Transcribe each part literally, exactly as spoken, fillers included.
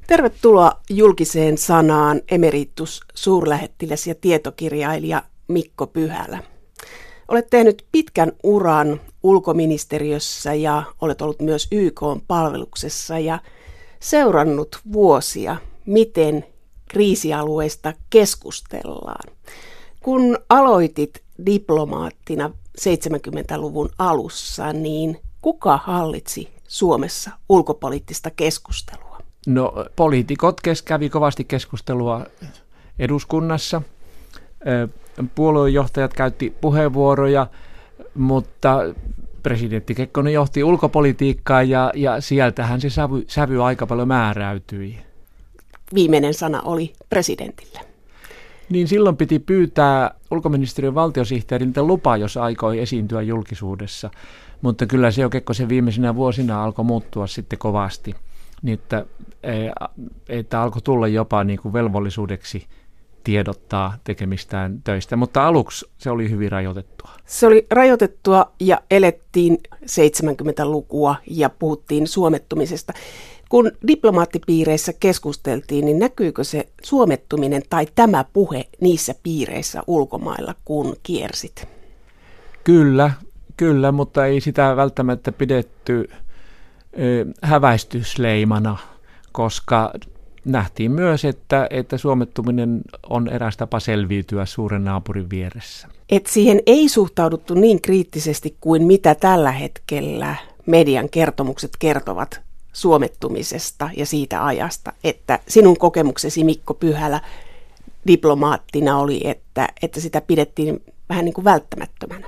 Tervetuloa julkiseen sanaan emeritus suurlähettiläs ja tietokirjailija Mikko Pyhälä. Olet tehnyt pitkän uran ulkoministeriössä ja olet ollut myös Y K:n palveluksessa ja seurannut vuosia, miten kriisialueista keskustellaan. Kun aloitit diplomaattina seitsemänkymmentäluvun alussa, niin kuka hallitsi Suomessa ulkopoliittista keskustelua? No, poliitikot kävi kovasti keskustelua eduskunnassa. Puoluejohtajat käytti puheenvuoroja, mutta presidentti Kekkonen johti ulkopolitiikkaa ja, ja sieltähän se sävy, sävy aika paljon määräytyi. Viimeinen sana oli presidentillä. Niin silloin piti pyytää ulkoministeriön valtiosihteeriltä lupa, jos aikoi esiintyä julkisuudessa. Mutta kyllä se jo Kekkosen viimeisinä vuosina alkoi muuttua sitten kovasti. Niin että, että alkoi tulla jopa niin kuin velvollisuudeksi tiedottaa tekemistään töistä, mutta aluksi se oli hyvin rajoitettua. Se oli rajoitettua ja elettiin seitsemänkymmentälukua ja puhuttiin suomettumisesta. Kun diplomaattipiireissä keskusteltiin, niin näkyykö se suomettuminen tai tämä puhe niissä piireissä ulkomailla, kun kiersit? Kyllä, kyllä, mutta ei sitä välttämättä pidetty ö, häväistysleimana, koska nähtiin myös, että, että suomettuminen on eräs tapa selviytyä suuren naapurin vieressä. Et siihen ei suhtauduttu niin kriittisesti kuin mitä tällä hetkellä median kertomukset kertovat suomettumisesta ja siitä ajasta, että sinun kokemuksesi Mikko Pyhälä diplomaattina oli, että, että sitä pidettiin vähän niin kuin välttämättömänä.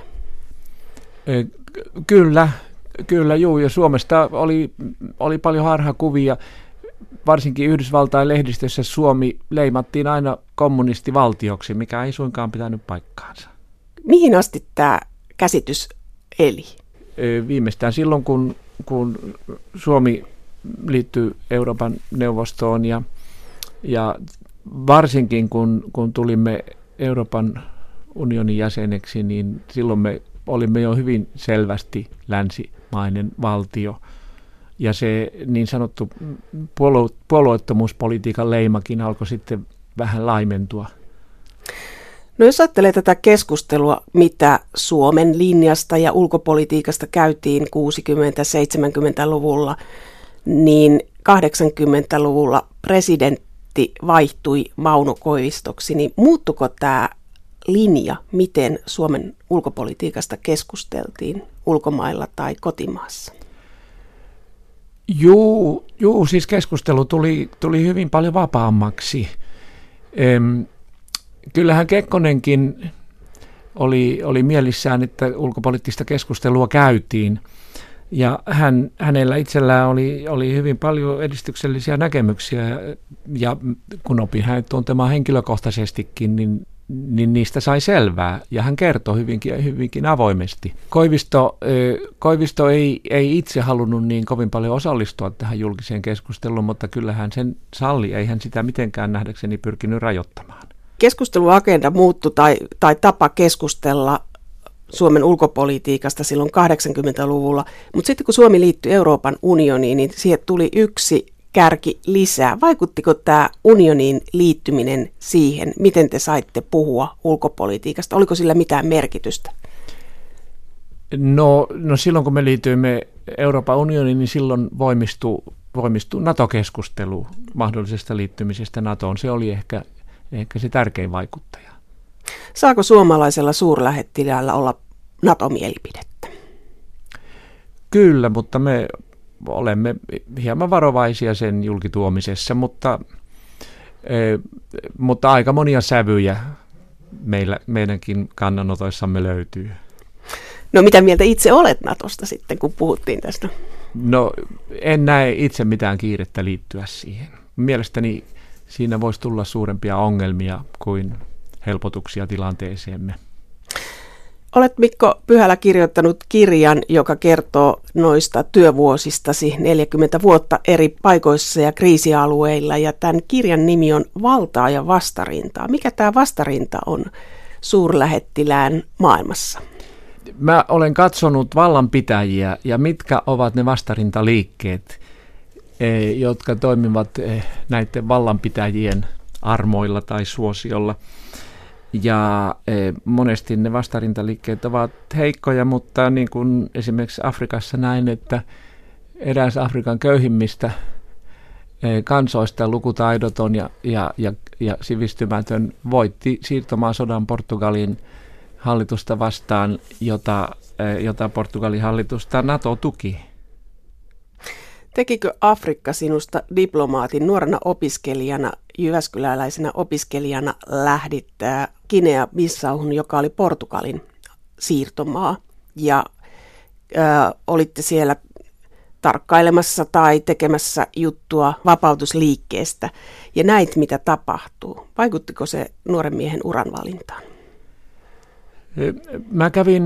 Kyllä, kyllä juu, ja Suomesta oli, oli paljon harhakuvia. Varsinkin Yhdysvaltain lehdistössä Suomi leimattiin aina kommunistivaltioksi, mikä ei suinkaan pitänyt paikkaansa. Mihin asti tämä käsitys eli? Viimeistään silloin, kun, kun Suomi liittyi Euroopan neuvostoon ja, ja varsinkin kun, kun tulimme Euroopan unionin jäseneksi, niin silloin me olimme jo hyvin selvästi länsimainen valtio. Ja se niin sanottu puolue- puolueettomuuspolitiikan leimakin alkoi sitten vähän laimentua. No jos ajattelee tätä keskustelua, mitä Suomen linjasta ja ulkopolitiikasta käytiin kuusikymmentä-seitsemänkymmentäluvulla, niin kahdeksankymmentäluvulla presidentti vaihtui Mauno Koivistoksi, niin muuttuiko tämä linja, miten Suomen ulkopolitiikasta keskusteltiin ulkomailla tai kotimaassa? Juu, juu, siis keskustelu tuli, tuli hyvin paljon vapaammaksi. Ehm, kyllähän Kekkonenkin oli, oli mielissään, että ulkopoliittista keskustelua käytiin. Ja hän, hänellä itsellään oli, oli hyvin paljon edistyksellisiä näkemyksiä. Ja kun opin hänet tuntemaan henkilökohtaisestikin, niin niin niistä sai selvää, ja hän kertoi hyvinkin, hyvinkin avoimesti. Koivisto, Koivisto ei, ei itse halunnut niin kovin paljon osallistua tähän julkiseen keskusteluun, mutta kyllähän sen salli, ei hän sitä mitenkään nähdäkseni pyrkinyt rajoittamaan. Keskusteluagenda muuttui tai, tai tapa keskustella Suomen ulkopolitiikasta silloin kahdeksankymmentäluvulla, mutta sitten kun Suomi liittyi Euroopan unioniin, niin siihen tuli yksi kärki lisää. Vaikuttiko tämä unioniin liittyminen siihen, miten te saitte puhua ulkopolitiikasta? Oliko sillä mitään merkitystä? No, no silloin kun me liityimme Euroopan unioniin, niin silloin voimistui, voimistui NATO-keskustelu mahdollisesta liittymisestä NATOon. Se oli ehkä, ehkä se tärkein vaikuttaja. Saako suomalaisella suurlähettiläällä olla NATO-mielipidettä? Kyllä, mutta me olemme hieman varovaisia sen julkituomisessa, mutta, e, mutta aika monia sävyjä meillä, meidänkin kannanotoissamme löytyy. No mitä mieltä itse olet NATOsta sitten, kun puhuttiin tästä? No en näe itse mitään kiirettä liittyä siihen. Mielestäni siinä voisi tulla suurempia ongelmia kuin helpotuksia tilanteeseemme. Olet Mikko Pyhälä kirjoittanut kirjan, joka kertoo noista työvuosistasi neljäkymmentä vuotta eri paikoissa ja kriisialueilla. Ja tämän kirjan nimi on Valtaa ja vastarintaa. Mikä tämä vastarinta on suurlähettilään maailmassa? Mä olen katsonut vallanpitäjiä ja mitkä ovat ne vastarintaliikkeet. jotka toimivat näiden vallanpitäjien armoilla tai suosiolla. Ja monesti ne vastarintaliikkeet ovat heikkoja, mutta niin kuin esimerkiksi Afrikassa näin, että eräs Afrikan köyhimmistä kansoista lukutaidoton ja, ja, ja, ja sivistymätön voitti siirtomaasodan Portugalin hallitusta vastaan, jota, jota Portugalin hallitusta NATO tuki. Tekikö Afrikka sinusta diplomaatin nuorena opiskelijana, jyväskyläläisenä opiskelijana lähdit Guinea-Bissauhun, joka oli Portugalin siirtomaa, ja ää, olitte siellä tarkkailemassa tai tekemässä juttua vapautusliikkeestä ja näit, mitä tapahtuu. Vaikuttiko se nuoren miehen uran valintaan? Mä kävin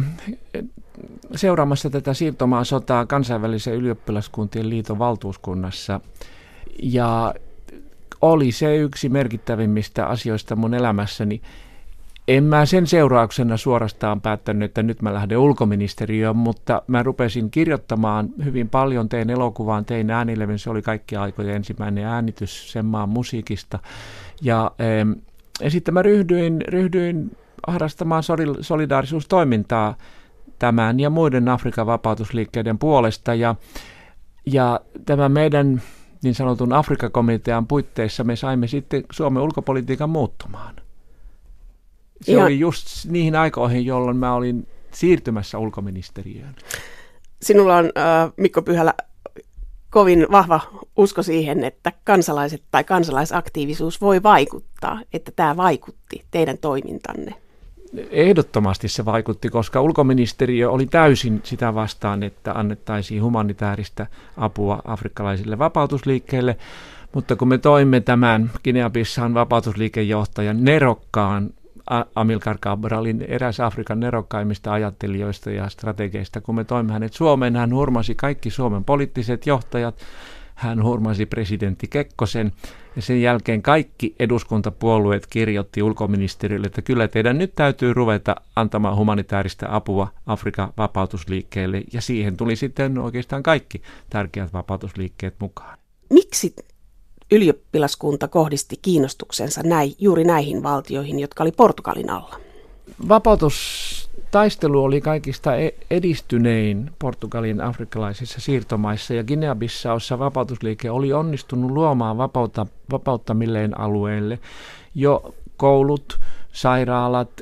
seuraamassa tätä siirtomaasotaa kansainvälisen ylioppilaskuntien liiton valtuuskunnassa, ja oli se yksi merkittävimmistä asioista mun elämässäni. En mä sen seurauksena suorastaan päättänyt, että nyt mä lähden ulkoministeriöön, mutta mä rupesin kirjoittamaan hyvin paljon, tein elokuvaan, tein äänilevyn, se oli kaikki aikojen ensimmäinen äänitys sen maan musiikista. Ja, ja sitten mä ryhdyin, ryhdyin harrastamaan solidaarisuustoimintaa tämän ja muiden Afrikan vapautusliikkeiden puolesta, ja, ja tämä meidän niin sanotun Afrikka-komitean puitteissa me saimme sitten Suomen ulkopolitiikan muuttumaan. Se ja oli just niihin aikoihin, jolloin mä olin siirtymässä ulkoministeriöön. Sinulla on, äh, Mikko Pyhälä, kovin vahva usko siihen, että kansalaiset tai kansalaisaktiivisuus voi vaikuttaa, että tämä vaikutti teidän toimintanne. Ehdottomasti se vaikutti, koska ulkoministeriö oli täysin sitä vastaan, että annettaisiin humanitaarista apua afrikkalaisille vapautusliikkeille, mutta kun me toimme tämän Guinea-Bissaun vapautusliikejohtajan nerokkaan Amilcar Cabralin, eräs Afrikan nerokkaimmista ajattelijoista ja strategeista, kun me toimme hänet Suomeen, hän hurmasi kaikki Suomen poliittiset johtajat, hän hurmasi presidentti Kekkosen, ja sen jälkeen kaikki eduskuntapuolueet kirjoitti ulkoministeriölle, että kyllä teidän nyt täytyy ruveta antamaan humanitaarista apua Afrikan vapautusliikkeelle, ja siihen tuli sitten oikeastaan kaikki tärkeät vapautusliikkeet mukaan. Miksi ylioppilaskunta kohdisti kiinnostuksensa näin, juuri näihin valtioihin, jotka oli Portugalin alla? Vapautustaistelu oli kaikista edistynein Portugalin afrikkalaisissa siirtomaissa, ja Guinea-Bissaussa vapautusliike oli onnistunut luomaan vapautta, vapauttamilleen alueelle jo koulut, sairaalat,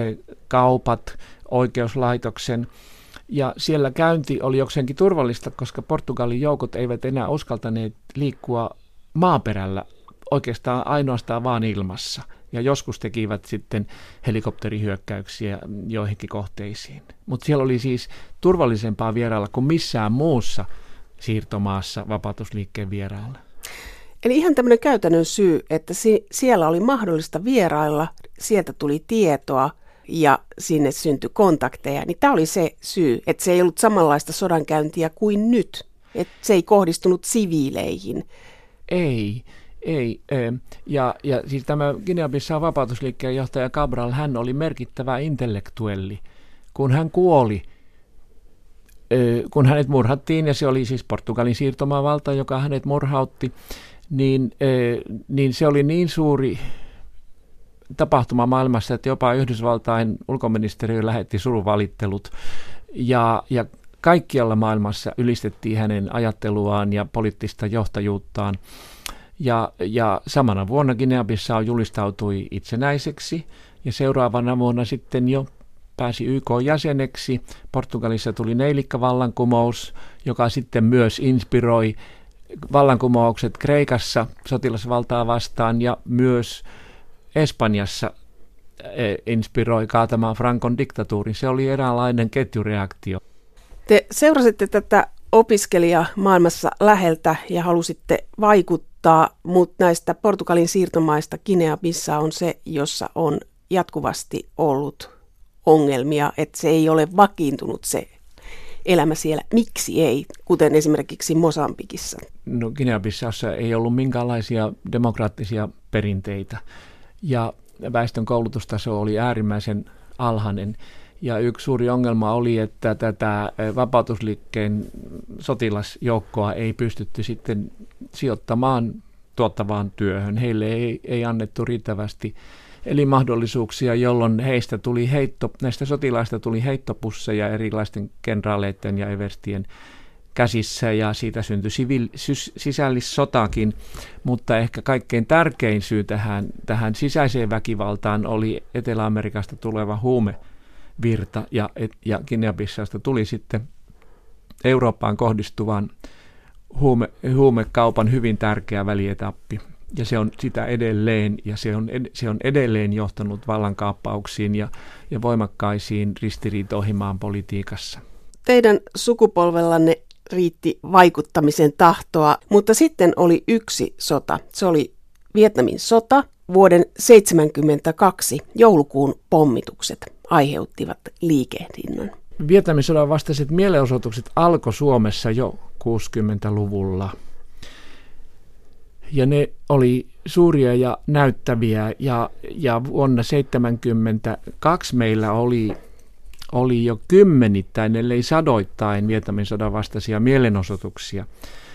kaupat, oikeuslaitoksen. Ja siellä käynti oli jokseenkin turvallista, koska Portugalin joukot eivät enää uskaltaneet liikkua maaperällä, oikeastaan ainoastaan vaan ilmassa. Ja joskus tekivät sitten helikopterihyökkäyksiä joihinkin kohteisiin. Mutta siellä oli siis turvallisempaa vierailla kuin missään muussa siirtomaassa vapautusliikkeen vierailla. Eli ihan tämmöinen käytännön syy, että si- siellä oli mahdollista vierailla, sieltä tuli tietoa ja sinne syntyi kontakteja. Niin tämä oli se syy, että se ei ollut samanlaista sodankäyntiä kuin nyt. Että se ei kohdistunut siviileihin. Ei, ei. Ja, ja siis tämä Guinea-Bissaun vapautusliikkeen johtaja Cabral, hän oli merkittävä intellektuelli. Kun hän kuoli, kun hänet murhattiin, ja se oli siis Portugalin siirtomaavalta, joka hänet murhautti, niin, niin se oli niin suuri tapahtuma maailmassa, että jopa Yhdysvaltain ulkoministeriö lähetti surunvalittelut, ja, ja kaikkialla maailmassa ylistettiin hänen ajatteluaan ja poliittista johtajuuttaan. Ja, ja samana vuonna Guinea-Bissau julistautui itsenäiseksi, ja seuraavana vuonna sitten jo pääsi Y K-jäseneksi. Portugalissa tuli neilikkavallankumous, joka sitten myös inspiroi vallankumoukset Kreikassa sotilasvaltaa vastaan, ja myös Espanjassa inspiroi kaatamaan Francon diktatuurin. Se oli eräänlainen ketjureaktio. Te seurasitte tätä opiskelijaa maailmassa läheltä ja halusitte vaikuttaa, mutta näistä Portugalin siirtomaista Guinea-Bissau on se, jossa on jatkuvasti ollut ongelmia, että se ei ole vakiintunut se elämä siellä. Miksi ei, kuten esimerkiksi Mosambikissa? No, Guinea-Bissaussa ei ollut minkäänlaisia demokraattisia perinteitä, ja väestön koulutustaso oli äärimmäisen alhainen. Ja yksi suuri ongelma oli, että tätä vapautusliikkeen sotilasjoukkoa ei pystytty sitten sijoittamaan tuottavaan työhön. Heille ei, ei annettu riittävästi elinmahdollisuuksia, jolloin heistä tuli heitto, näistä sotilaista tuli heittopusseja erilaisten kenraaleiden ja everstien käsissä, ja siitä syntyi siviil, sisällissotakin, mutta ehkä kaikkein tärkein syy tähän, tähän sisäiseen väkivaltaan oli Etelä-Amerikasta tuleva huumevirta, ja, ja Guinea-Bissausta tuli sitten Eurooppaan kohdistuvan huume, huumekaupan hyvin tärkeä välietappi. Ja se on sitä edelleen, ja se on, se on edelleen johtanut vallankaappauksiin ja, ja voimakkaisiin ristiriitoihin maan politiikassa. Teidän sukupolvellanne riitti vaikuttamisen tahtoa, mutta sitten oli yksi sota. Se oli Vietnamin sota. Vuoden seitsemänkymmentäkaksi joulukuun pommitukset aiheuttivat liikehdinnän. Vietnamin sodan vastaiset mielenosoitukset alkoi Suomessa jo kuusikymmentäluvulla. Ja ne oli suuria ja näyttäviä, ja, ja vuonna seitsemänkymmentäkaksi meillä oli, oli jo kymmenittäin, ellei sadoittain Vietnamin sodan vastaisia mielenosoituksia.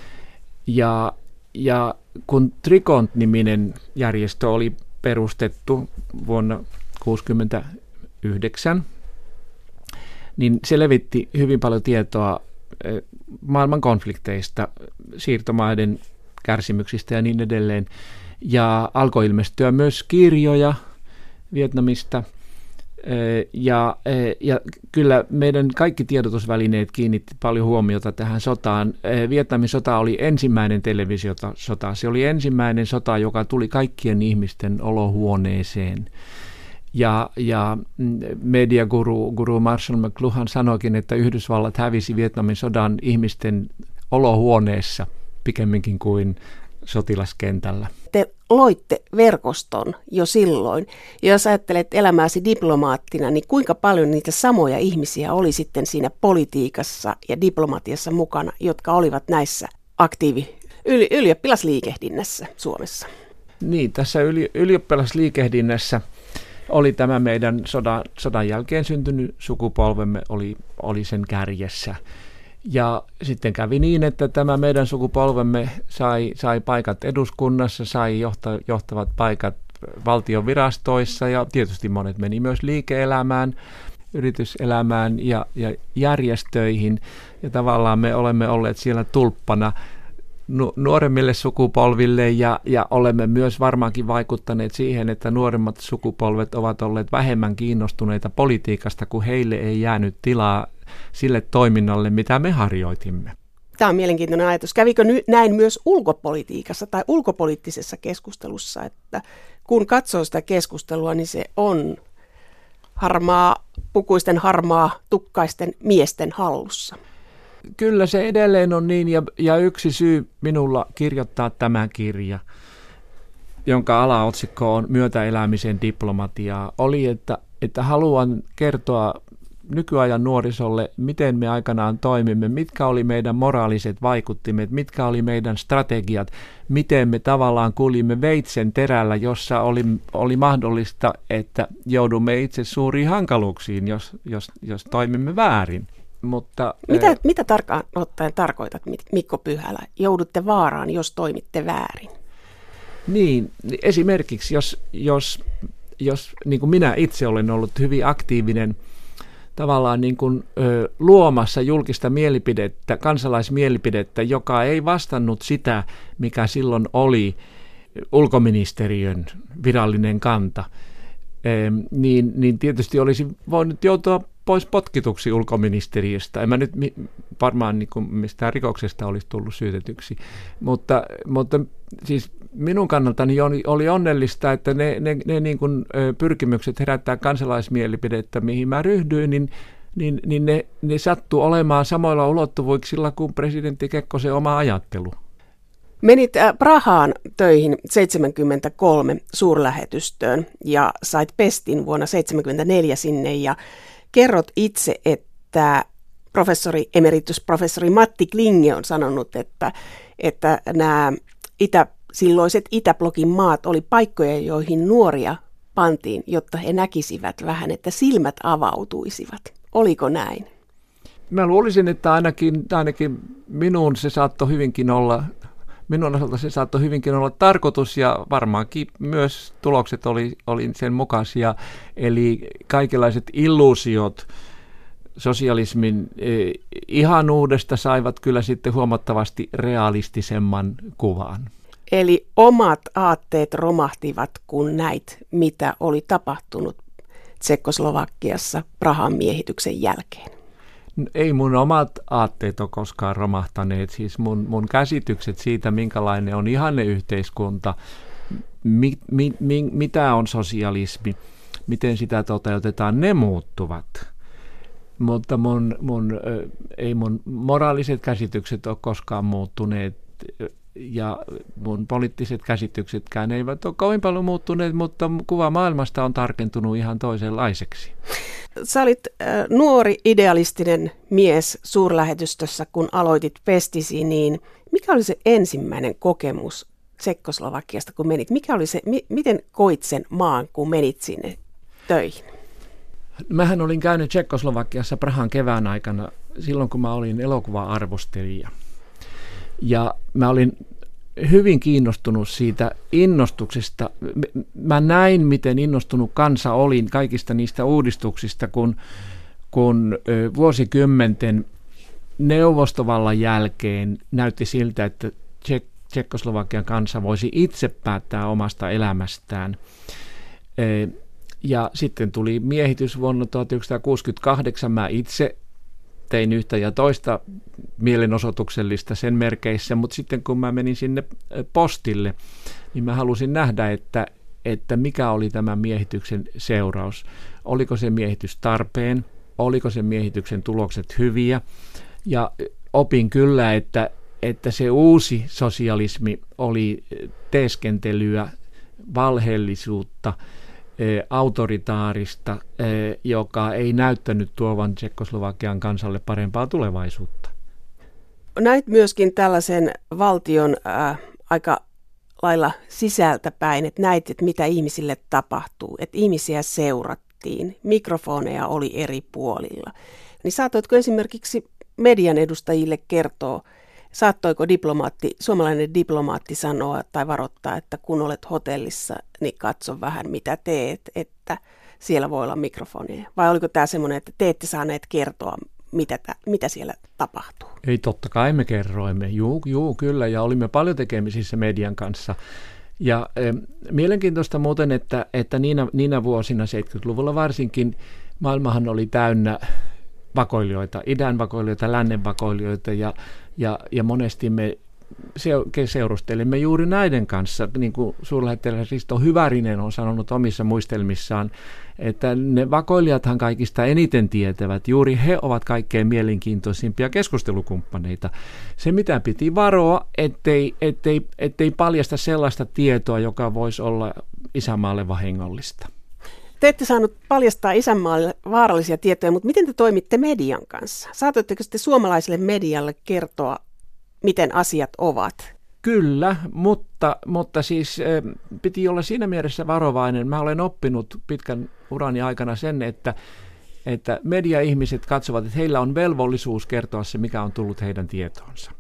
Ja, ja kun Tricont-niminen järjestö oli perustettu vuonna kuusikymmentäyhdeksän, niin se levitti hyvin paljon tietoa maailman konflikteista, siirtomaiden kärsimyksistä ja niin edelleen. Ja alkoi ilmestyä myös kirjoja Vietnamista. Ja, ja kyllä meidän kaikki tiedotusvälineet kiinnitti paljon huomiota tähän sotaan. Vietnamin sota oli ensimmäinen televisiosota. Se oli ensimmäinen sota, joka tuli kaikkien ihmisten olohuoneeseen. Ja, ja mediaguru guru Marshall McLuhan sanoikin, että Yhdysvallat hävisi Vietnamin sodan ihmisten olohuoneessa pikemminkin kuin sotilaskentällä. Te loitte verkoston jo silloin. Ja jos ajattelet elämääsi diplomaattina, niin kuinka paljon niitä samoja ihmisiä oli sitten siinä politiikassa ja diplomatiassa mukana, jotka olivat näissä aktiivi yli, ylioppilasliikehdinnässä Suomessa? Niin, tässä yli, ylioppilasliikehdinnässä oli tämä meidän sodan, sodan jälkeen syntynyt sukupolvemme oli, oli sen kärjessä. Ja sitten kävi niin, että tämä meidän sukupolvemme sai, sai paikat eduskunnassa, sai johta, johtavat paikat valtion virastoissa, ja tietysti monet meni myös liike-elämään, yrityselämään ja, ja järjestöihin. Ja tavallaan me olemme olleet siellä tulppana nu- nuoremmille sukupolville, ja, ja olemme myös varmaankin vaikuttaneet siihen, että nuoremmat sukupolvet ovat olleet vähemmän kiinnostuneita politiikasta, kun heille ei jäänyt tilaa sille toiminnalle, mitä me harjoitimme. Tämä on mielenkiintoinen ajatus. Kävikö ny- näin myös ulkopolitiikassa tai ulkopoliittisessa keskustelussa, että kun katsoo sitä keskustelua, niin se on harmaa, pukuisten harmaa, tukkaisten miesten hallussa? Kyllä se edelleen on niin, ja, ja yksi syy minulla kirjoittaa tämä kirja, jonka alaotsikko on Myötäelämisen diplomatiaa, oli, että, että haluan kertoa nykyajan nuorisolle, miten me aikanaan toimimme, mitkä oli meidän moraaliset vaikuttimet, mitkä oli meidän strategiat, miten me tavallaan kuljimme veitsen terällä, jossa oli, oli mahdollista, että joudumme itse suuriin hankaluuksiin, jos, jos, jos toimimme väärin. Mutta, mitä, ää... mitä tarkkaan ottaen tarkoitat, Mikko Pyhälä? Joudutte vaaraan, jos toimitte väärin? Niin, esimerkiksi jos, jos, jos niin kuin minä itse olen ollut hyvin aktiivinen tavallaan niin kuin, ö, luomassa julkista mielipidettä, kansalaismielipidettä, joka ei vastannut sitä, mikä silloin oli ulkoministeriön virallinen kanta, e, niin, niin tietysti olisi voinut joutua pois potkituksi ulkoministeriöstä. En mä nyt mi- varmaan niin kuin mistään rikoksesta olisi tullut syytetyksi, mutta, mutta siis minun kannaltani oli, oli onnellista, että ne, ne, ne niin kuin, ö, pyrkimykset herättää kansalaismielipidettä, mihin mä ryhdyin, niin, niin, niin ne, ne sattuu olemaan samoilla ulottuvuuksilla kuin presidentti Kekkosen oma ajattelu. Menit Prahaan töihin seitsemänkymmentäkolme suurlähetystöön ja sait pestin vuonna seitsemänkymmentäneljä sinne, ja kerrot itse, että professori, emeritusprofessori Matti Klinge on sanonut, että, että nämä itä, silloiset Itäblokin maat oli paikkoja, joihin nuoria pantiin, jotta he näkisivät vähän, että silmät avautuisivat. Oliko näin? Mä luulisin, että ainakin, ainakin minun se saattoi hyvinkin olla, minun osalta se saattoi hyvinkin olla tarkoitus ja varmaankin myös tulokset oli, oli sen mukaisia. Eli kaikenlaiset illuusiot sosialismin eh, ihanuudesta saivat kyllä sitten huomattavasti realistisemman kuvan. Eli omat aatteet romahtivat, kun näit, mitä oli tapahtunut Tsekkoslovakiassa Prahan miehityksen jälkeen. Ei mun omat aatteet ole koskaan romahtaneet, siis mun, mun käsitykset siitä, minkälainen on ihanneyhteiskunta, mi, mi, mi, mitä on sosialismi, miten sitä toteutetaan, ne muuttuvat. Mutta mun, mun, ei mun moraaliset käsitykset ole koskaan muuttuneet ja mun poliittiset käsityksetkään eivät ole kovin paljon muuttuneet, mutta kuva maailmasta on tarkentunut ihan toisenlaiseksi. Sä olit äh, nuori idealistinen mies suurlähetystössä, kun aloitit Pestisi, niin mikä oli se ensimmäinen kokemus Tsekkoslovakiasta, kun menit? Mikä oli se, mi- miten koit sen maan, kun menit sinne töihin? Mähän olin käynyt Tsekkoslovakiassa Prahan kevään aikana silloin, kun mä olin elokuva-arvostelija. Ja mä olin hyvin kiinnostunut siitä innostuksesta. Mä näin, miten innostunut kansa oli kaikista niistä uudistuksista, kun, kun vuosikymmenten neuvostovallan jälkeen näytti siltä, että Tsek- Tsekkoslovakian kansa voisi itse päättää omasta elämästään. Ja sitten tuli miehitys vuonna tuhatyhdeksänsataakuusikymmentäkahdeksan. Mä itse tein yhtä ja toista mielenosoituksellista sen merkeissä, mutta sitten kun mä menin sinne postille, niin mä halusin nähdä, että, että mikä oli tämän miehityksen seuraus. Oliko se miehitys tarpeen, oliko se miehityksen tulokset hyviä, ja opin kyllä, että, että se uusi sosialismi oli teeskentelyä, valheellisuutta, autoritaarista, joka ei näyttänyt tuovan Tsekkoslovakian kansalle parempaa tulevaisuutta. Näit myöskin tällaisen valtion äh, aika lailla sisältäpäin, että näit, että mitä ihmisille tapahtuu, että ihmisiä seurattiin, mikrofoneja oli eri puolilla. Niin saatoitko esimerkiksi median edustajille kertoa, saattoiko diplomaatti, suomalainen diplomaatti sanoa tai varoittaa, että kun olet hotellissa, niin katso vähän mitä teet, että siellä voi olla mikrofoneja? Vai oliko tämä semmoinen, että te ette saaneet kertoa, mitä, tä, mitä siellä tapahtuu? Ei, totta kai me kerroimme. Juu, juu, kyllä, ja olimme paljon tekemisissä median kanssa. Ja e, mielenkiintoista muuten, että, että niinä, niinä vuosina, seitsemänkymmentäluvulla varsinkin, maailmahan oli täynnä vakoilijoita, idän vakoilijoita, lännen vakoilijoita, ja, ja, ja monesti me seurustelimme juuri näiden kanssa, niin kuin suurlähettiläs Risto Hyvärinen on sanonut omissa muistelmissaan, että ne vakoilijathan kaikista eniten tietävät, juuri he ovat kaikkein mielenkiintoisimpia keskustelukumppaneita. Se, mitä piti varoa, ettei, ettei, ettei paljasta sellaista tietoa, joka voisi olla isänmaalle vahingollista. Te ette saanut paljastaa isänmaalle vaarallisia tietoja, mutta miten te toimitte median kanssa? Saatoitteko te suomalaiselle medialle kertoa, miten asiat ovat? Kyllä, mutta, mutta siis eh, piti olla siinä mielessä varovainen. Mä olen oppinut pitkän urani aikana sen, että, että media-ihmiset katsovat, että heillä on velvollisuus kertoa se, mikä on tullut heidän tietoonsa.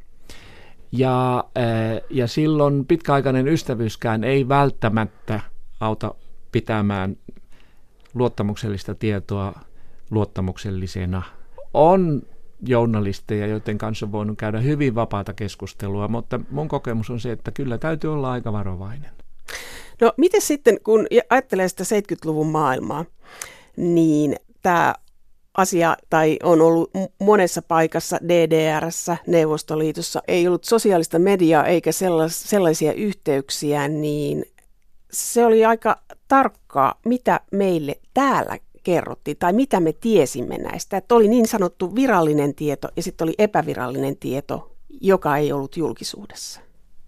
Ja, eh, ja silloin pitkäaikainen ystävyyskään ei välttämättä auta pitämään luottamuksellista tietoa luottamuksellisena. On journalisteja, joiden kanssa on voinut käydä hyvin vapaata keskustelua, mutta mun kokemus on se, että kyllä täytyy olla aika varovainen. No miten sitten, kun ajattelee sitä seitsemänkymmentäluvun maailmaa, niin tämä asia tai on ollut monessa paikassa D D R:ssä, Neuvostoliitossa, ei ollut sosiaalista mediaa eikä sellaisia yhteyksiä, niin se oli aika tarkkaa, mitä meille täällä kerrottiin tai mitä me tiesimme näistä. Että oli niin sanottu virallinen tieto ja sitten oli epävirallinen tieto, joka ei ollut julkisuudessa.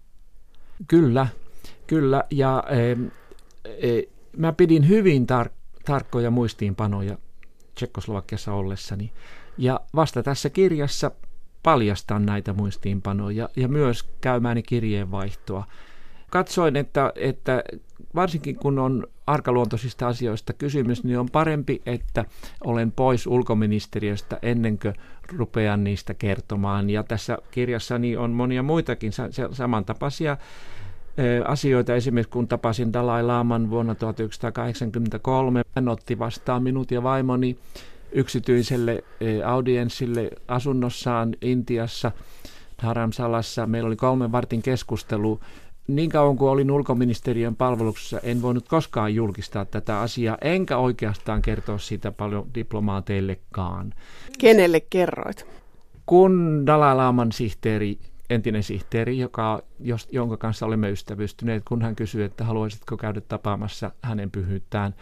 Kyllä, kyllä. Ja e, e, mä pidin hyvin tar- tarkkoja muistiinpanoja Tsekkoslovakiassa ollessani. Ja vasta tässä kirjassa paljastan näitä muistiinpanoja ja myös käymääni kirjeenvaihtoa katsoin, että, että varsinkin kun on arkaluontoisista asioista kysymys, niin on parempi, että olen pois ulkoministeriöstä ennen kuin rupean niistä kertomaan. Ja tässä kirjassani on monia muitakin samantapaisia asioita. Esimerkiksi kun tapasin Dalai Laman vuonna tuhatyhdeksänsataakahdeksankymmentäkolme, hän otti vastaan minut ja vaimoni yksityiselle audienssille asunnossaan Intiassa, Dharamsalassa. Meillä oli kolmen vartin keskustelu. Niin kauan kuin olin ulkoministeriön palveluksessa, en voinut koskaan julkistaa tätä asiaa, enkä oikeastaan kertoa siitä paljon diplomaateillekaan. Kenelle kerroit? Kun Dalai Laman sihteeri, entinen sihteeri, joka, jonka kanssa olemme ystävystyneet, kun hän kysyi, että haluaisitko käydä tapaamassa hänen pyhyyttään,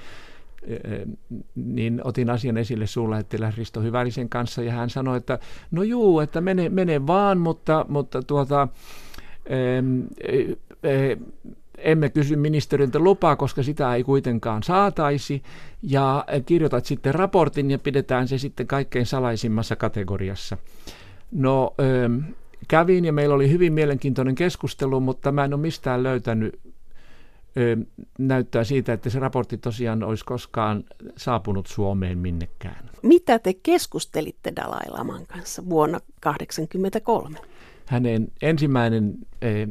niin otin asian esille suurlähettiläs Risto Hyvälisen kanssa, ja hän sanoi, että no juu, että mene, mene vaan, mutta, mutta tuota... emme kysy ministeriöltä lupaa, koska sitä ei kuitenkaan saataisi, ja kirjoitat sitten raportin ja pidetään se sitten kaikkein salaisimmassa kategoriassa. No kävin ja meillä oli hyvin mielenkiintoinen keskustelu, mutta mä en ole mistään löytänyt näyttää siitä, että se raportti tosiaan olisi koskaan saapunut Suomeen minnekään. Mitä te keskustelitte Dalai Laman kanssa vuonna tuhatyhdeksänsataakahdeksankymmentäkolme? Hänen ensimmäinen eh,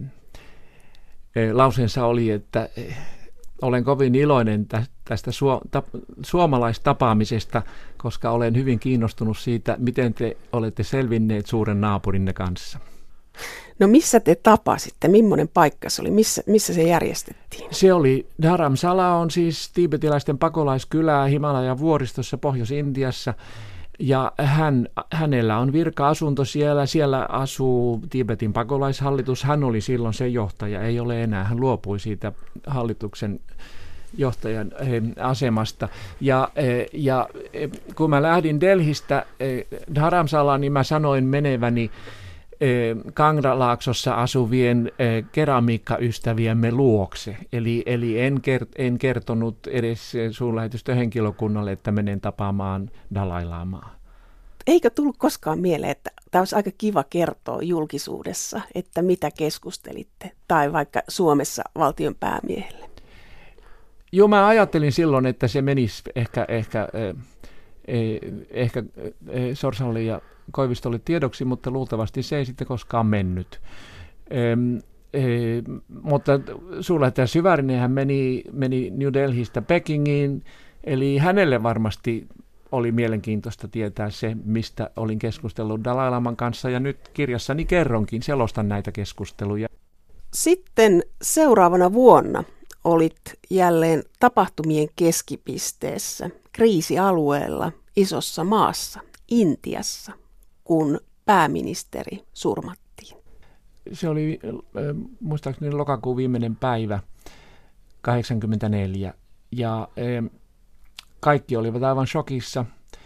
eh, lauseensa oli, että eh, olen kovin iloinen tästä suo, ta, suomalaistapaamisesta, koska olen hyvin kiinnostunut siitä, miten te olette selvinneet suuren naapurinne kanssa. No missä te tapasitte? Millainen paikka se oli? Missä, missä se järjestettiin? Se oli Dharamsala, on siis tiibetiläisten pakolaiskylää Himalajan vuoristossa Pohjois-Intiassa. Ja hän, hänellä on virka-asunto siellä, siellä asuu Tiibetin pakolaishallitus. Hän oli silloin se johtaja, ei ole enää. Hän luopui siitä hallituksen johtajan asemasta. Ja, ja kun mä lähdin Delhistä Dharamsalaan, niin mä sanoin meneväni Kangralaaksossa asuvien keramiikkaystäviemme luokse. Eli, eli en, kert, en kertonut edes suurlähetystön henkilökunnalle, että menen tapaamaan Dalai Lamaa. Eikö tullut koskaan mieleen, että tämä olisi aika kiva kertoa julkisuudessa, että mitä keskustelitte, tai vaikka Suomessa valtion päämiehelle? Joo, mä ajattelin silloin, että se menisi ehkä, ehkä, eh, ehkä eh, Sorsalle ja Koivistolle tiedoksi, mutta luultavasti se ei sitten koskaan mennyt. Ehm, e, mutta suurlähettiläs Syvärinen meni, meni New Delhistä Pekingiin, eli hänelle varmasti oli mielenkiintoista tietää se, mistä olin keskustellut Dalai Laman kanssa, ja nyt kirjassani kerronkin, selostan näitä keskusteluja. Sitten seuraavana vuonna olit jälleen tapahtumien keskipisteessä, kriisialueella, isossa maassa, Intiassa, kun pääministeri surmattiin. Se oli muistaakseni lokakuun viimeinen päivä kahdeksankymmentäneljä, ja kaikki olivat aivan shokissa.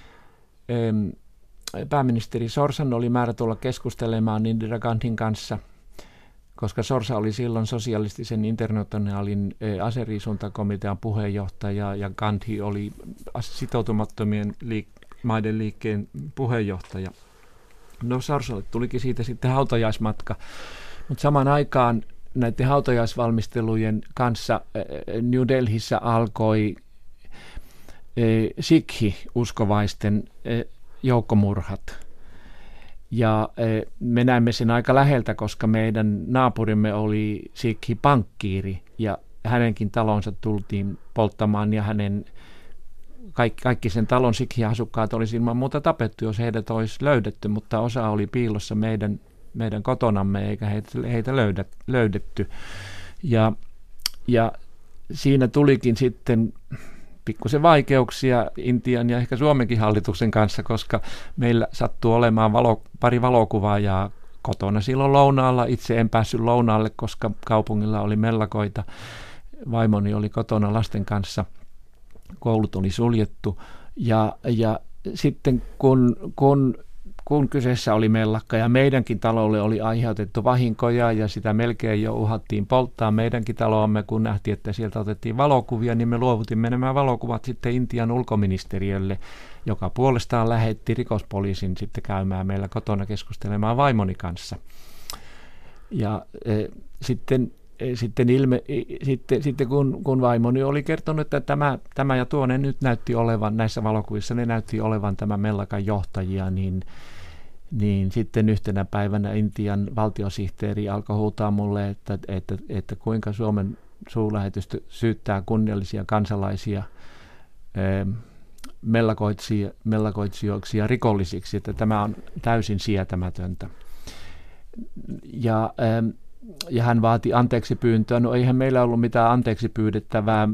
Pääministeri Sorsan oli määrä tulla keskustelemaan Indira Gandhin kanssa, koska Sorsa oli silloin sosialistisen internationaalin aseriisuntakomitean puheenjohtaja, ja Gandhi oli sitoutumattomien liik- maiden liikkeen puheenjohtaja. No Sorsalle tulikin siitä sitten hautajaismatka, mutta samaan aikaan näiden hautajaisvalmistelujen kanssa New Delhissä alkoi Sikhi-uskovaisten joukkomurhat. Ja me näimme sen aika läheltä, koska meidän naapurimme oli Sikhi-pankkiiri, ja hänenkin talonsa tultiin polttamaan, ja hänen Kaikki, kaikki sen talon Sikhi-asukkaat olisi ilman muuta tapettu, jos heidät olisi löydetty, mutta osa oli piilossa meidän, meidän kotonamme, eikä heitä, heitä löydät, löydetty. Ja, ja siinä tulikin sitten pikkusen vaikeuksia Intian ja ehkä Suomenkin hallituksen kanssa, koska meillä sattuu olemaan valo, pari valokuvaajaa kotona silloin lounaalla. Itse en päässyt lounaalle, koska kaupungilla oli mellakoita. Vaimoni oli kotona lasten kanssa. Koulut oli suljettu, ja, ja sitten kun, kun, kun kyseessä oli mellakka ja meidänkin talolle oli aiheutettu vahinkoja ja sitä melkein jo uhattiin polttaa meidänkin taloamme, kun nähtiin, että sieltä otettiin valokuvia, niin me luovutimme nämä valokuvat sitten Intian ulkoministeriölle, joka puolestaan lähetti rikospoliisin sitten käymään meillä kotona keskustelemaan vaimoni kanssa. Ja e, sitten sitten, ilme, sitten, sitten kun, kun vaimoni oli kertonut, että tämä, tämä ja tuo ne nyt näytti olevan, näissä valokuvissa ne näytti olevan tämän mellakan johtajia, niin, niin sitten yhtenä päivänä Intian valtiosihteeri alkoi huutaa mulle, että, että, että kuinka Suomen suurlähetystö syyttää kunniallisia kansalaisia mellakoitsijoiksi ja rikollisiksi, että tämä on täysin sietämätöntä. Ja, ja hän vaati anteeksi pyyntöä. No eihän meillä ollut mitään anteeksi pyydettävää.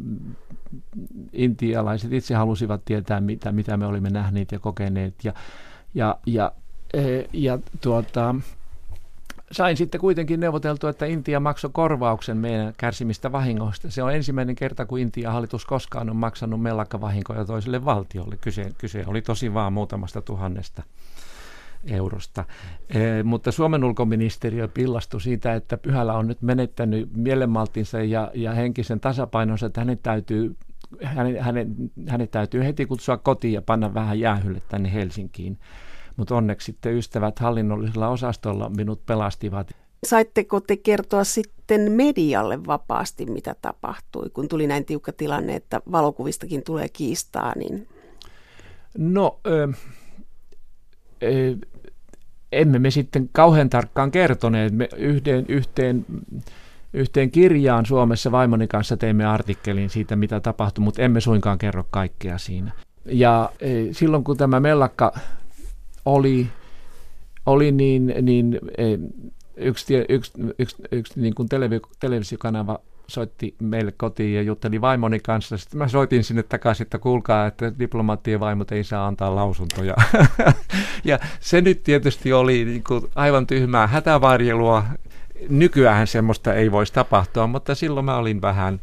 Intialaiset itse halusivat tietää, mitä, mitä me olimme nähneet ja kokeneet. Ja, ja, ja, ja tuota, sain sitten kuitenkin neuvoteltua, että Intia maksoi korvauksen meidän kärsimistä vahingoista. Se on ensimmäinen kerta, kun Intian hallitus koskaan on maksanut mellakkavahinkoja toiselle valtiolle. Kyse, kyse oli tosi vaan muutamasta tuhannesta eurosta. E, mutta Suomen ulkoministeriö pillastui siitä, että Pyhälä on nyt menettänyt mielenmaltinsa ja, ja henkisen tasapainonsa, että hänet täytyy, hänet, hänet, hänet täytyy heti kutsua kotiin ja panna vähän jäähylle tänne Helsinkiin. Mutta onneksi sitten ystävät hallinnollisella osastolla minut pelastivat. Saitteko te kertoa sitten medialle vapaasti, mitä tapahtui, kun tuli näin tiukka tilanne, että valokuvistakin tulee kiistaa? Niin... No, ö, ö, emme me sitten kauhean tarkkaan kertoneet. Me yhteen, yhteen, yhteen kirjaan Suomessa vaimoni kanssa teimme artikkelin siitä, mitä tapahtui, mutta emme suinkaan kerro kaikkea siinä. Ja ö, silloin, kun tämä mellakka oli, oli niin, niin yksi, yksi, yksi, yksi niin kuin televi, televisiokanava soitti meille kotiin ja jutteli vaimoni kanssa. Sitten mä soitin sinne takaisin, että kuulkaa, että diplomaattien vaimot ei saa antaa lausuntoja. Ja se nyt tietysti oli niin kuin aivan tyhmää hätävarjelua. Nykyään semmoista ei voisi tapahtua, mutta silloin mä olin vähän,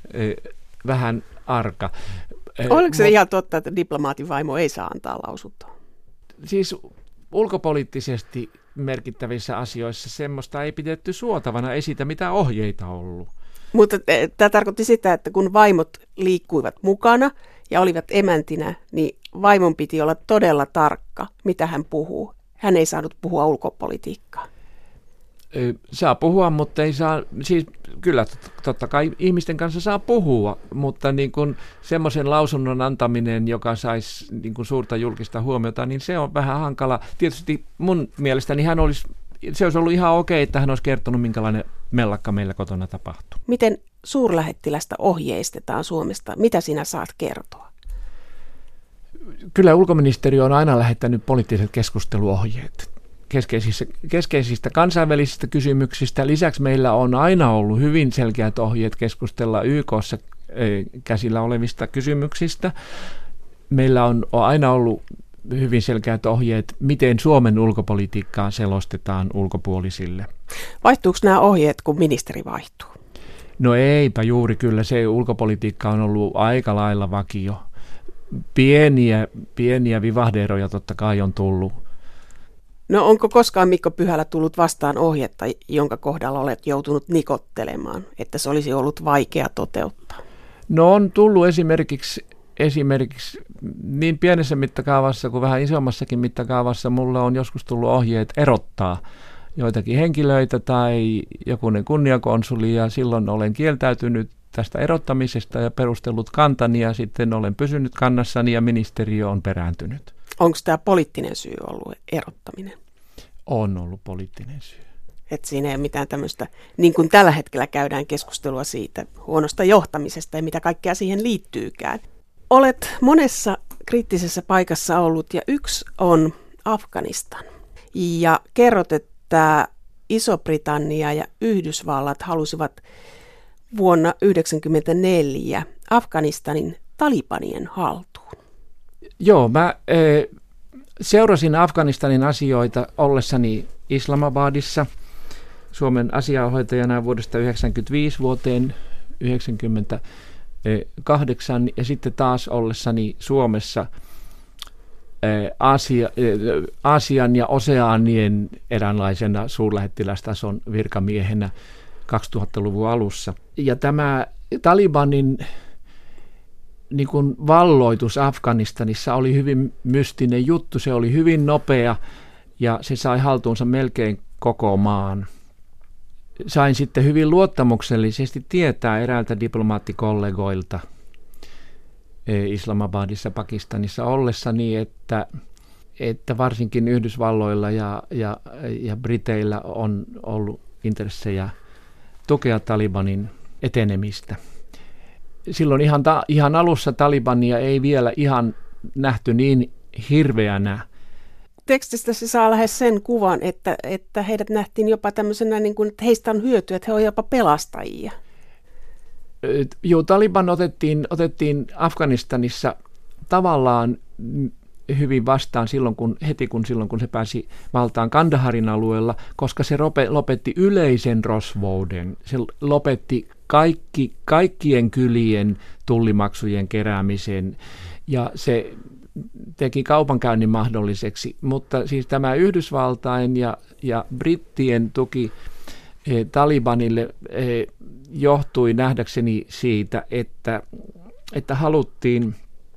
vähän arka. Oliko se Mut, ihan totta, että diplomaatin vaimo ei saa antaa lausuntoa? Siis ulkopoliittisesti merkittävissä asioissa semmoista ei pidetty suotavana, ei siitä mitään ohjeita ollut. Mutta tämä tarkoitti sitä, että kun vaimot liikkuivat mukana ja olivat emäntinä, niin vaimon piti olla todella tarkka, mitä hän puhuu. Hän ei saanut puhua ulkopolitiikkaa. Saa puhua, mutta ei saa, siis kyllä totta kai ihmisten kanssa saa puhua, mutta niin kuin semmoisen lausunnon antaminen, joka saisi niin kuin suurta julkista huomiota, niin se on vähän hankala. Tietysti mun mielestäni hän olisi, se olisi ollut ihan okei, että hän olisi kertonut, minkälainen mellakka meillä kotona tapahtuu. Miten suurlähettilästä ohjeistetaan Suomesta? Mitä sinä saat kertoa? Kyllä ulkoministeriö on aina lähettänyt poliittiset keskusteluohjeet keskeisistä, keskeisistä kansainvälisistä kysymyksistä. Lisäksi meillä on aina ollut hyvin selkeät ohjeet keskustella Y K:ssa käsillä olevista kysymyksistä. Meillä on aina ollut hyvin selkeät ohjeet, miten Suomen ulkopolitiikkaa selostetaan ulkopuolisille. Vaihtuuko nämä ohjeet, kun ministeri vaihtuu? No eipä juuri, kyllä se ulkopolitiikka on ollut aika lailla vakio. Pieniä, pieniä vivahdeeroja totta kai on tullut. No onko koskaan Mikko Pyhälä tullut vastaan ohjetta, jonka kohdalla olet joutunut nikottelemaan, että se olisi ollut vaikea toteuttaa? No on tullut esimerkiksi, esimerkiksi niin pienessä mittakaavassa kuin vähän isommassakin mittakaavassa mulla on joskus tullut ohjeet erottaa joitakin henkilöitä tai jokunen kunniakonsuli ja silloin olen kieltäytynyt tästä erottamisesta ja perustellut kantani ja sitten olen pysynyt kannassani ja ministeriö on perääntynyt. Onko tämä poliittinen syy ollut erottaminen? On ollut poliittinen syy. Että siinä ei ole mitään tämmöistä, niin kuin tällä hetkellä käydään keskustelua siitä huonosta johtamisesta ja mitä kaikkea siihen liittyykään. Olet monessa kriittisessä paikassa ollut ja yksi on Afganistan. Ja kerrot, että Iso-Britannia ja Yhdysvallat halusivat vuonna yhdeksänkymmentäneljä Afganistanin talibanien haltuun. Joo, mä e, seurasin Afganistanin asioita ollessani Islamabadissa Suomen asianhoitajana vuodesta yhdeksänkymmentäviisi vuoteen yhdeksänkymmentäkahdeksan ja sitten taas ollessani Suomessa e, Aasia, e, Aasian ja Oseanien eräänlaisena suurlähettilästason virkamiehenä kaksituhattaluvun alussa. Ja tämä Talibanin niin kuin valloitus Afganistanissa oli hyvin mystinen juttu, se oli hyvin nopea ja se sai haltuunsa melkein koko maan. sain sitten hyvin luottamuksellisesti tietää eräältä diplomaattikollegoilta Islamabadissa, Pakistanissa ollessani, että, että varsinkin Yhdysvalloilla ja, ja, ja Briteillä on ollut intressejä tukea Talibanin etenemistä. Silloin ihan, ta, ihan alussa Talibania ei vielä ihan nähty niin hirveänä. Tekstistä se saa lähes sen kuvan, että, että heidät nähtiin jopa tämmöisenä, niin kuin, että heistä on hyötyä, että he ovat jopa pelastajia. Joo, Taliban otettiin, otettiin Afganistanissa tavallaan hyvin vastaan silloin, kun, heti kun, silloin, kun se pääsi valtaan Kandaharin alueella, koska se lopetti yleisen rosvouden. Se lopetti kaikki, kaikkien kylien tullimaksujen keräämisen ja se teki kaupankäynnin mahdolliseksi. Mutta siis tämä Yhdysvaltain ja, ja brittien tuki eh, Talibanille eh, johtui nähdäkseni siitä, että, että haluttiin,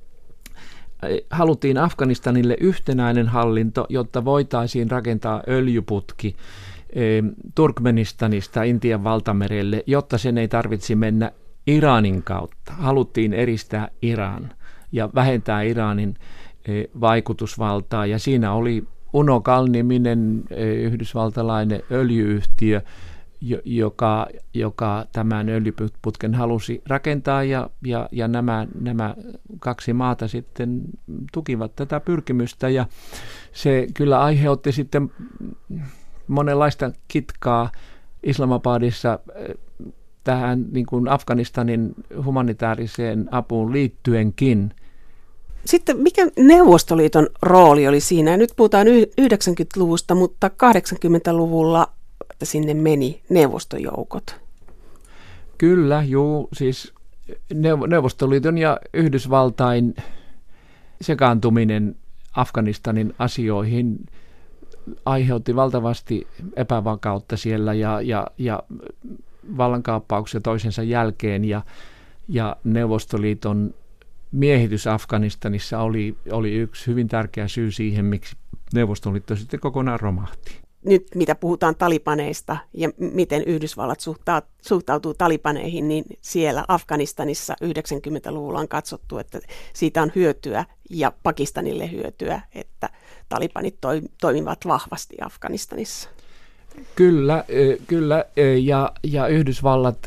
haluttiin Afganistanille yhtenäinen hallinto, jotta voitaisiin rakentaa öljyputki Turkmenistanista Intian valtamerelle, jotta sen ei tarvitsi mennä Iranin kautta. Haluttiin eristää Iran ja vähentää Iranin vaikutusvaltaa, ja siinä oli Unocal-niminen yhdysvaltalainen öljyyhtiö, joka, joka tämän öljyputken halusi rakentaa, ja, ja, ja nämä, nämä kaksi maata sitten tukivat tätä pyrkimystä, ja se kyllä aiheutti sitten monenlaista kitkaa Islamabadissa tähän niin kuin Afganistanin humanitaariseen apuun liittyenkin. Sitten mikä Neuvostoliiton rooli oli siinä? Nyt puhutaan yhdeksänkymmentäluvusta, mutta kahdeksankymmentäluvulla sinne meni neuvostojoukot. Kyllä, juu, siis Neuvostoliiton ja Yhdysvaltain sekaantuminen Afganistanin asioihin aiheutti valtavasti epävakautta siellä ja, ja, ja vallankaappauksia toisensa jälkeen, ja, ja Neuvostoliiton miehitys Afganistanissa oli, oli yksi hyvin tärkeä syy siihen, miksi Neuvostoliitto sitten kokonaan romahti. Nyt mitä puhutaan talibaneista ja miten Yhdysvallat suhtautuu talibaneihin, niin siellä Afganistanissa yhdeksänkymmentäluvulla on katsottu, että siitä on hyötyä ja Pakistanille hyötyä, että talibanit toimivat vahvasti Afganistanissa. Kyllä, kyllä ja, ja Yhdysvallat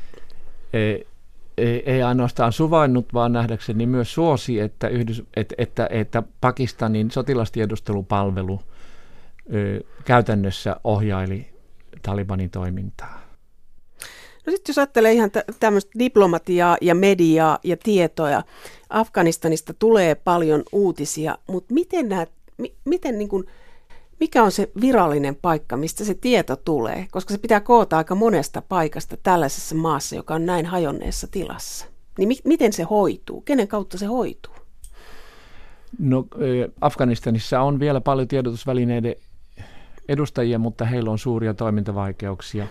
ei ainoastaan suvainnut, vaan nähdäkseni myös suosi, että, Yhdys, että, että, että Pakistanin sotilastiedustelupalvelu käytännössä ohjaili Talibanin toimintaa. No sitten jos ajattelee ihan tä- tämmöistä diplomatiaa ja mediaa ja tietoja, Afganistanista tulee paljon uutisia, mutta miten nämä, mi- miten niin kuin, mikä on se virallinen paikka, mistä se tieto tulee? Koska se pitää koota aika monesta paikasta tällaisessa maassa, joka on näin hajonneessa tilassa. Niin mi- miten se hoituu? Kenen kautta se hoituu? No Afganistanissa on vielä paljon tiedotusvälineiden edustajia, mutta heillä on suuria toimintavaikeuksia.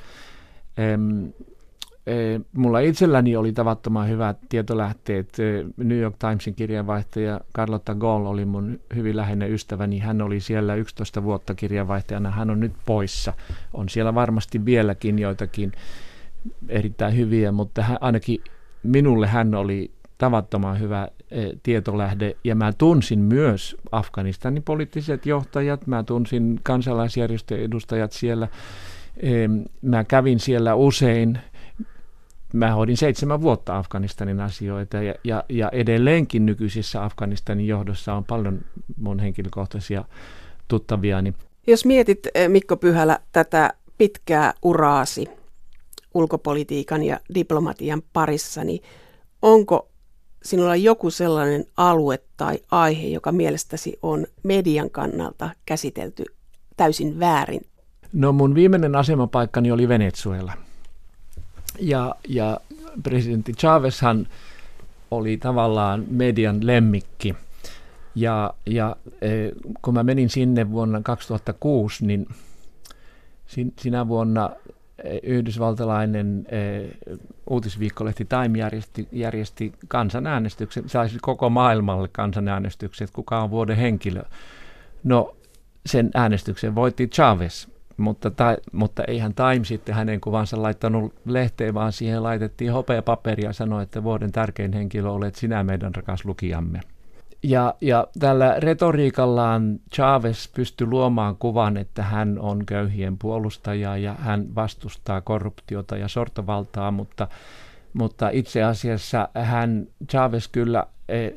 Mulla itselläni oli tavattoman hyvät tietolähteet. New York Timesin kirjeenvaihtaja Carlotta Gall oli mun hyvin läheinen ystäväni. Hän oli siellä yksitoista vuotta kirjeenvaihtajana. Hän on nyt poissa. On siellä varmasti vieläkin joitakin erittäin hyviä, mutta hän, ainakin minulle hän oli tavattoman hyvä tietolähde, ja mä tunsin myös Afganistanin poliittiset johtajat, mä tunsin kansalaisjärjestöjen edustajat siellä, mä kävin siellä usein, mä hoidin seitsemän vuotta Afganistanin asioita, ja, ja, ja edelleenkin nykyisissä Afganistanin johdossa on paljon mun henkilökohtaisia tuttaviani. Jos mietit, Mikko Pyhälä, tätä pitkää uraasi ulkopolitiikan ja diplomatian parissa, niin onko sinulla on joku sellainen alue tai aihe, joka mielestäsi on median kannalta käsitelty täysin väärin? No mun viimeinen asemapaikkani oli Venezuela. Ja, ja presidentti Chávezhan oli tavallaan median lemmikki. Ja, ja kun mä menin sinne vuonna kaksituhattakuusi, niin sinä vuonna yhdysvaltalainen eh, uutisviikkolehti Time järjesti, järjesti kansanäänestyksen, saisi koko maailmalle kansanäänestyksen, että kuka on vuoden henkilö. No sen äänestyksen voitti Chávez, mutta, ta, mutta eihän Time sitten hänen kuvansa laittanut lehteen, vaan siihen laitettiin hopeapaperia ja sanoi, että vuoden tärkein henkilö olet sinä meidän rakas lukijamme. Ja, ja tällä retoriikallaan Chávez pystyi luomaan kuvan, että hän on köyhien puolustaja ja hän vastustaa korruptiota ja sortovaltaa, mutta, mutta itse asiassa hän, Chávez kyllä eh,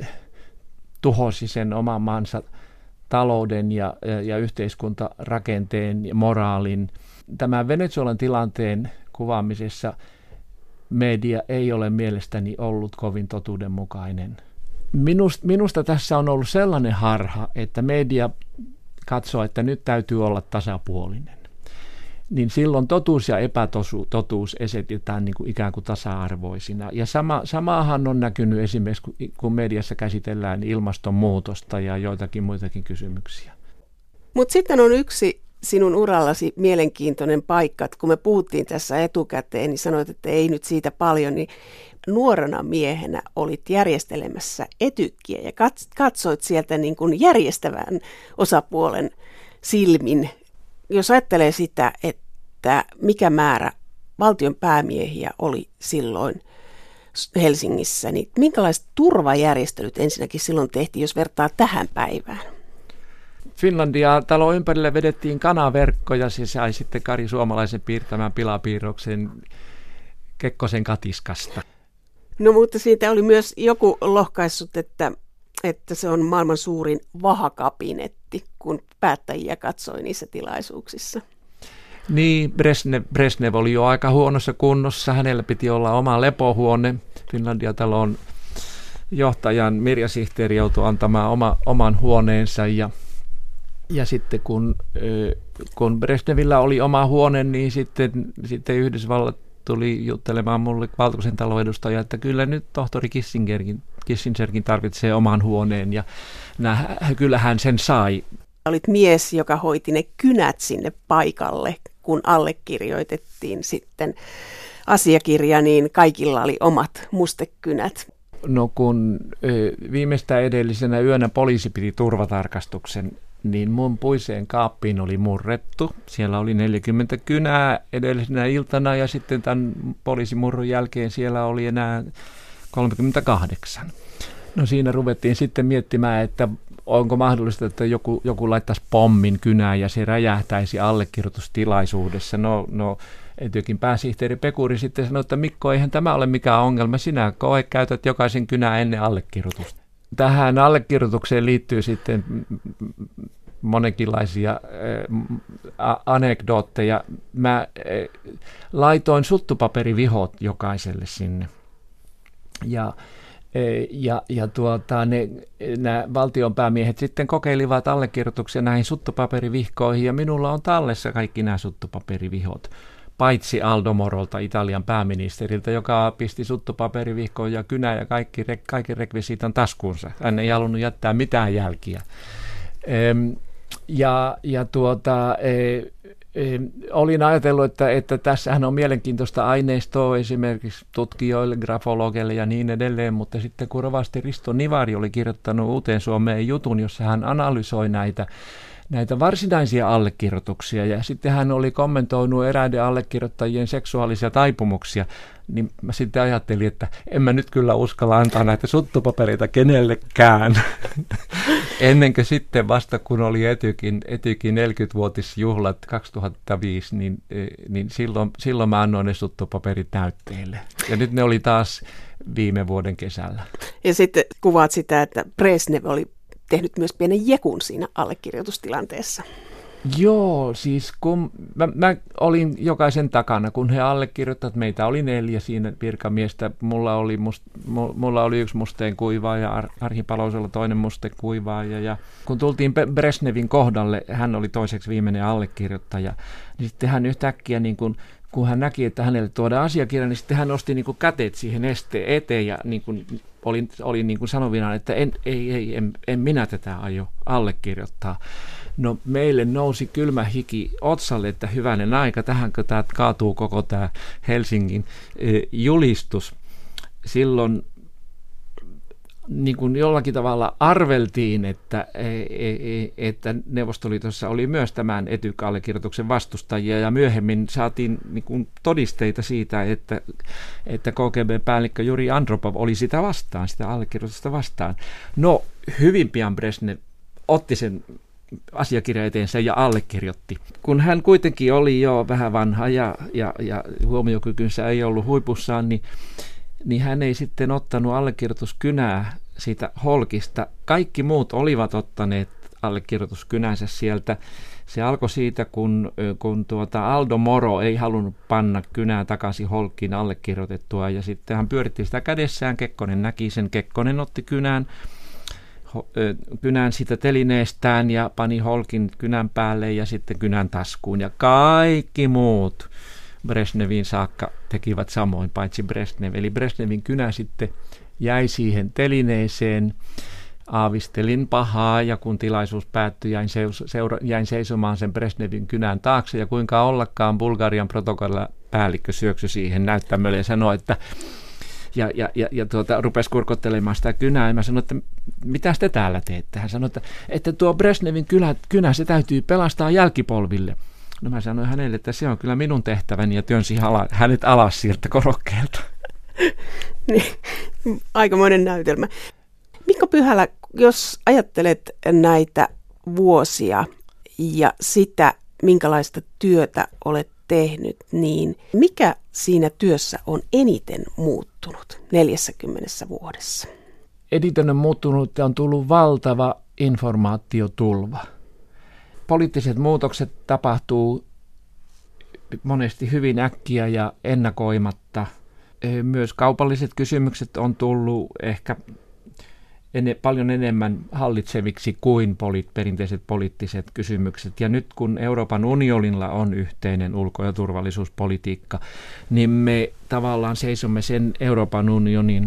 tuhosi sen oman maansa talouden ja, ja, ja yhteiskuntarakenteen ja moraalin. Tämän Venezuelan tilanteen kuvaamisessa media ei ole mielestäni ollut kovin totuudenmukainen. Minusta, minusta tässä on ollut sellainen harha, että media katsoo, että nyt täytyy olla tasapuolinen. Niin silloin totuus ja epätotuus esitetään niin kuin ikään kuin tasa-arvoisina. Ja sama, samaahan on näkynyt esimerkiksi, kun mediassa käsitellään ilmastonmuutosta ja joitakin muitakin kysymyksiä. Mutta sitten on yksi sinun urallasi mielenkiintoinen paikka. Kun me puhuttiin tässä etukäteen, niin sanoit, että ei nyt siitä paljon, niin nuorena miehenä olit järjestelemässä etykkiä ja katsoit sieltä niin kuin järjestävän osapuolen silmin. Jos ajattelee sitä, että mikä määrä valtion päämiehiä oli silloin Helsingissä, niin minkälaiset turvajärjestelyt ensinnäkin silloin tehtiin, jos vertaa tähän päivään? Finlandia talon ympärille vedettiin kanaverkko ja se sai sitten Kari Suomalaisen piirtämään pilapiirroksen Kekkosen katiskasta. No mutta siitä oli myös joku lohkaissut, että, että se on maailman suurin vahakabinetti, kun päättäjiä katsoi niissä tilaisuuksissa. Niin, Brezhnev, Brezhnev oli jo aika huonossa kunnossa. Hänellä piti olla oma lepohuone. Finlandia-talon johtajan Mirja Sihteeri joutui antamaan oma, oman huoneensa. Ja, ja sitten kun, kun Brezhnevillä oli oma huone, niin sitten, sitten Yhdysvallat tuli juttelemaan mulle Valkoisen talon edustaja, että kyllä nyt tohtori Kissingerkin, Kissingerkin tarvitsee oman huoneen. Ja nää, kyllä hän sen sai. Olit mies, joka hoiti ne kynät sinne paikalle, kun allekirjoitettiin sitten asiakirja, niin kaikilla oli omat mustekynät. No kun viimeistään edellisenä yönä poliisi piti turvatarkastuksen, niin mun puiseen kaappiin oli murrettu. Siellä oli neljäkymmentä kynää edellisenä iltana ja sitten tämän poliisimurron jälkeen siellä oli enää kolmekymmentäkahdeksan. No siinä ruvettiin sitten miettimään, että onko mahdollista, että joku, joku laittaisi pommin kynään ja se räjähtäisi allekirjoitustilaisuudessa. No, no Etykin pääsihteeri Pekuri sitten sanoi, että Mikko, eihän tämä ole mikään ongelma. Sinä koe käytät jokaisen kynää ennen allekirjoitusta. Tähän allekirjoitukseen liittyy sitten monenkinlaisia äh, anekdootteja. Mä äh, laitoin suttupaperivihot jokaiselle sinne. Ja Ja, ja tuota, ne, nämä valtionpäämiehet sitten kokeilivat allekirjoituksia näihin suttupaperivihkoihin, ja minulla on tallessa kaikki nämä suttupaperivihot, paitsi Aldo Morolta, Italian pääministeriltä, joka pisti suttupaperivihkoon ja kynä ja kaikki, kaikki rekvisiitan taskuunsa. Hän ei halunnut jättää mitään jälkiä. Ja, ja tuota... Olin ajatellut, että, että tässähän on mielenkiintoista aineistoa esimerkiksi tutkijoille, grafologeille ja niin edelleen, mutta sitten kun rovasti Risto Nivari oli kirjoittanut Uuteen Suomeen jutun, jossa hän analysoi näitä, näitä varsinaisia allekirjoituksia ja sitten hän oli kommentoinut eräiden allekirjoittajien seksuaalisia taipumuksia, niin mä sitten ajattelin, että en mä nyt kyllä uskalla antaa näitä suttupapereita kenellekään. Ennen kuin sitten vasta kun oli Etykin, Etykin neljäkymmenvuotisjuhlat kaksituhattaviisi, niin, niin silloin, silloin mä annoin ne suttupaperit näytteille. Ja nyt ne oli taas viime vuoden kesällä. Ja sitten kuvaat sitä, että Brezhnev oli tehnyt myös pienen jekun siinä allekirjoitustilanteessa. Joo, siis kun mä, mä olin jokaisen takana, kun he allekirjoittavat, meitä oli neljä siinä virkamiestä, mulla oli, must, mulla oli yksi musteen kuivaaja, Ar- Arhi Palosella toinen musteen kuivaaja, ja kun tultiin Brezhnevin kohdalle, hän oli toiseksi viimeinen allekirjoittaja, niin sitten hän yhtäkkiä, niin kun, kun hän näki, että hänelle tuodaan asiakirja, niin sitten hän nosti niin kuin käteet siihen esteen eteen, ja niin kuin olin, olin niin kuin sanovinaan, että en, ei, ei, en, en minä tätä aio allekirjoittaa. No meille nousi kylmä hiki otsalle, että hyvänen aika, tähänkö tämä kaatuu koko tämä Helsingin e, julistus. Silloin niin kuin jollakin tavalla arveltiin, että, että Neuvostoliitossa oli myös tämän E T Y-allekirjoituksen vastustajia, ja myöhemmin saatiin niin kuin todisteita siitä, että, että K G B-päällikkö Juri Andropov oli sitä vastaan, sitä allekirjoitusta vastaan. No, hyvin pian Brezhnev otti sen asiakirja eteensä ja allekirjoitti. Kun hän kuitenkin oli jo vähän vanha ja, ja, ja huomiokykynsä ei ollut huipussaan, niin niin hän ei sitten ottanut allekirjoituskynää siitä holkista. Kaikki muut olivat ottaneet allekirjoituskynänsä sieltä. Se alkoi siitä, kun, kun tuota Aldo Moro ei halunnut panna kynää takaisin holkkiin allekirjoitettua, ja sitten hän pyöritti sitä kädessään. Kekkonen näki sen. Kekkonen otti kynään, kynään siitä telineestään ja pani holkin kynän päälle ja sitten kynän taskuun, ja kaikki muut Brezhneviin saakka tekivät samoin, paitsi Brezhnev. Eli Brezhnevin kynä sitten jäi siihen telineeseen. Aavistelin pahaa, ja kun tilaisuus päättyi, jäin, seus- seura- jäin seisomaan sen Brezhnevin kynän taakse, ja kuinka ollakaan Bulgarian protokolla päällikkö syöksy siihen näyttämölle ja sanoi, että ja, ja, ja, ja tuota, rupesi kurkottelemaan sitä kynää, ja mä sanoin, että mitä te täällä teette? Hän sanoi, että, että tuo Brezhnevin kynä, kynä, se täytyy pelastaa jälkipolville. No mä sanoin hänelle, että se on kyllä minun tehtäväni, ja työnsi ala, hänet alas sieltä korokkeelta. Niin, aikamoinen näytelmä. Mikko Pyhälä, jos ajattelet näitä vuosia ja sitä, minkälaista työtä olet tehnyt, niin mikä siinä työssä on eniten muuttunut neljässäkymmenessä vuodessa? Eniten on muuttunut ja on tullut valtava informaatiotulva. Poliittiset muutokset tapahtuu monesti hyvin äkkiä ja ennakoimatta. Myös kaupalliset kysymykset on tullut ehkä enne, paljon enemmän hallitseviksi kuin poli, perinteiset poliittiset kysymykset. Ja nyt kun Euroopan unionilla on yhteinen ulko- ja turvallisuuspolitiikka, niin me tavallaan seisomme sen Euroopan unionin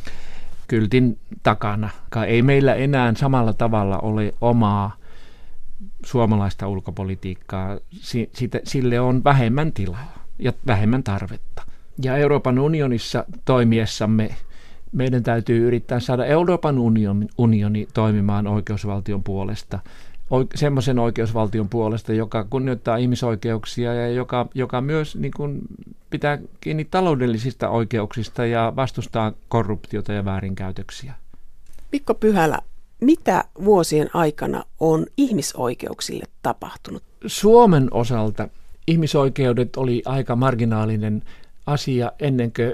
kyltin takana. Ei meillä enää samalla tavalla ole omaa suomalaista ulkopolitiikkaa. Siitä, sille on vähemmän tilaa ja vähemmän tarvetta. Ja Euroopan unionissa toimiessamme meidän täytyy yrittää saada Euroopan unioni, unioni toimimaan oikeusvaltion puolesta. Semmoisen oikeusvaltion puolesta, joka kunnioittaa ihmisoikeuksia ja joka, joka myös niin kuin pitää kiinni taloudellisista oikeuksista ja vastustaa korruptiota ja väärinkäytöksiä. Mikko Pyhälä, mitä vuosien aikana on ihmisoikeuksille tapahtunut? Suomen osalta ihmisoikeudet oli aika marginaalinen asia ennen kuin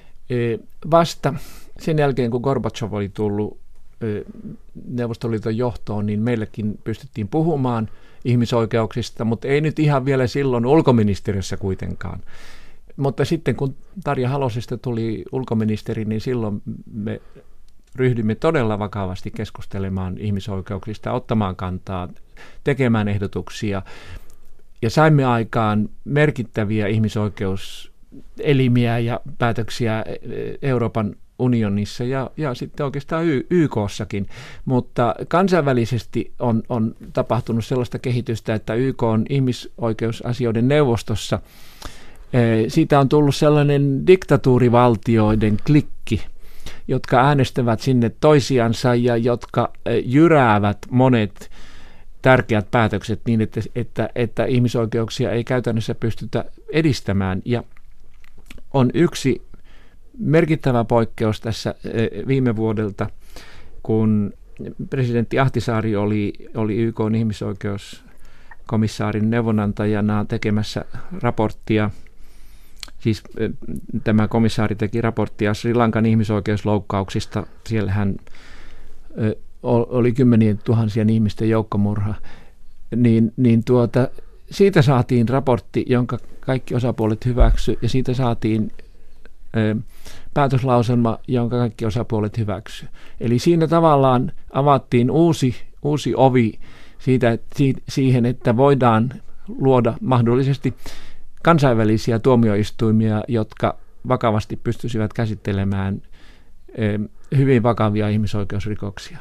vasta sen jälkeen, kun Gorbačov oli tullut Neuvostoliiton johtoon, niin meillekin pystyttiin puhumaan ihmisoikeuksista, mutta ei nyt ihan vielä silloin ulkoministeriössä kuitenkaan. Mutta sitten kun Tarja Halosesta tuli ulkoministeri, niin silloin me ryhdymme todella vakavasti keskustelemaan ihmisoikeuksista, ottamaan kantaa, tekemään ehdotuksia, ja saimme aikaan merkittäviä ihmisoikeuselimiä ja päätöksiä Euroopan unionissa ja, ja sitten oikeastaan y- YKssakin, mutta kansainvälisesti on, on tapahtunut sellaista kehitystä, että Y K:n ihmisoikeusasioiden neuvostossa siitä on tullut sellainen diktatuurivaltioiden klikki, jotka äänestävät sinne toisiansa ja jotka jyräävät monet tärkeät päätökset niin, että, että, että ihmisoikeuksia ei käytännössä pystytä edistämään. Ja on yksi merkittävä poikkeus tässä viime vuodelta, kun presidentti Ahtisaari oli, oli Y K:n ihmisoikeuskomissaarin neuvonantajana tekemässä raporttia. Siis tämä komissaari teki raporttia Sri Lankan ihmisoikeusloukkauksista. Siellähän oli kymmenien tuhansien ihmisten joukkomurha. Niin, niin tuota, siitä saatiin raportti, jonka kaikki osapuolet hyväksy, ja siitä saatiin ö, päätöslauselma, jonka kaikki osapuolet hyväksy. Eli siinä tavallaan avattiin uusi, uusi ovi siitä, si, siihen, että voidaan luoda mahdollisesti kansainvälisiä tuomioistuimia, jotka vakavasti pystyisivät käsittelemään ö, hyvin vakavia ihmisoikeusrikoksia.